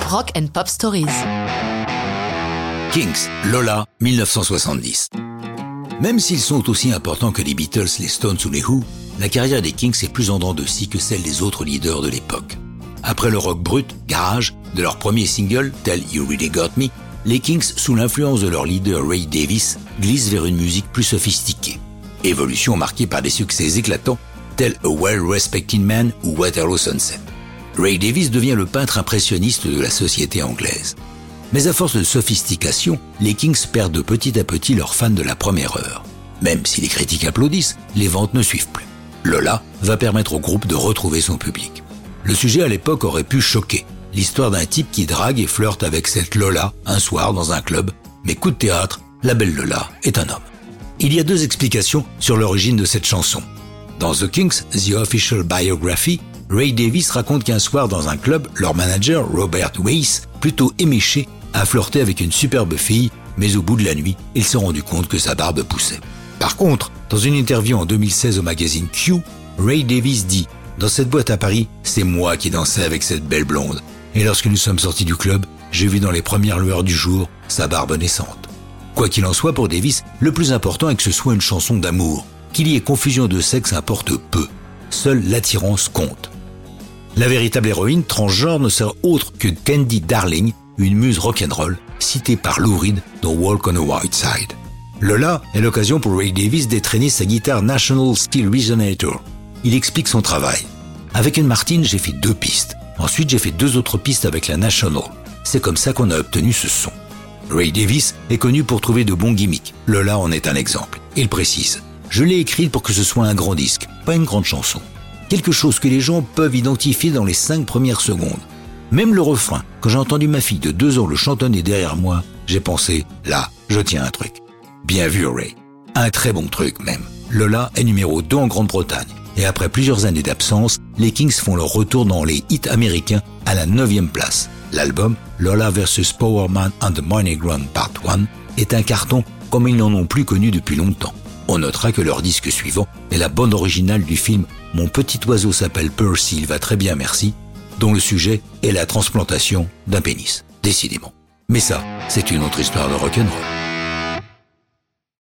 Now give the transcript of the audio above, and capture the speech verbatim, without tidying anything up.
Rock and Pop Stories. Kings, Lola, dix-neuf cent soixante-dix. Même s'ils sont aussi importants que les Beatles, les Stones ou les Who, la carrière des Kings est plus en dents de scie que celle des autres leaders de l'époque. Après le rock brut, garage, de leur premier single, Tell You Really Got Me, les Kings, sous l'influence de leur leader Ray Davies, glissent vers une musique plus sophistiquée. Évolution marquée par des succès éclatants, tels A Well-Respected Man ou Waterloo Sunset. Ray Davies devient le peintre impressionniste de la société anglaise. Mais à force de sophistication, les Kings perdent petit à petit leurs fans de la première heure. Même si les critiques applaudissent, les ventes ne suivent plus. Lola va permettre au groupe de retrouver son public. Le sujet à l'époque aurait pu choquer. L'histoire d'un type qui drague et flirte avec cette Lola un soir dans un club. Mais coup de théâtre, la belle Lola est un homme. Il y a deux explications sur l'origine de cette chanson. Dans The Kings, The Official Biography, Ray Davies raconte qu'un soir dans un club, leur manager, Robert Weiss, plutôt éméché, a flirté avec une superbe fille, mais au bout de la nuit, il s'est rendu compte que sa barbe poussait. Par contre, dans une interview en deux mille seize au magazine Q, Ray Davies dit « Dans cette boîte à Paris, c'est moi qui dansais avec cette belle blonde. Et lorsque nous sommes sortis du club, j'ai vu dans les premières lueurs du jour sa barbe naissante. » Quoi qu'il en soit pour Davies, le plus important est que ce soit une chanson d'amour. Qu'il y ait confusion de sexe importe peu. Seule l'attirance compte. La véritable héroïne transgenre ne sert autre que Candy Darling, une muse rock'n'roll, citée par Lou Reed dans Walk on a White Side. Lola est l'occasion pour Ray Davies d'étrenner sa guitare National Steel Resonator. Il explique son travail. Avec une Martin, j'ai fait deux pistes. Ensuite, j'ai fait deux autres pistes avec la National. C'est comme ça qu'on a obtenu ce son. Ray Davies est connu pour trouver de bons gimmicks. Lola en est un exemple. Il précise « Je l'ai écrite pour que ce soit un grand disque, pas une grande chanson. Quelque chose que les gens peuvent identifier dans les cinq premières secondes. Même le refrain, quand j'ai entendu ma fille de deux ans le chantonner derrière moi, j'ai pensé « Là, je tiens un truc. » Bien vu Ray. Un très bon truc même. Lola est numéro deux en Grande-Bretagne. Et après plusieurs années d'absence, les Kings font leur retour dans les hits américains à la neuvième place. L'album Lola versus Power Man and the Money Ground Part un est un carton comme ils n'en ont plus connu depuis longtemps. On notera que leur disque suivant est la bande originale du film « Mon petit oiseau s'appelle Percy, il va très bien merci », dont le sujet est la transplantation d'un pénis. Décidément. Mais ça, c'est une autre histoire de rock'n'roll.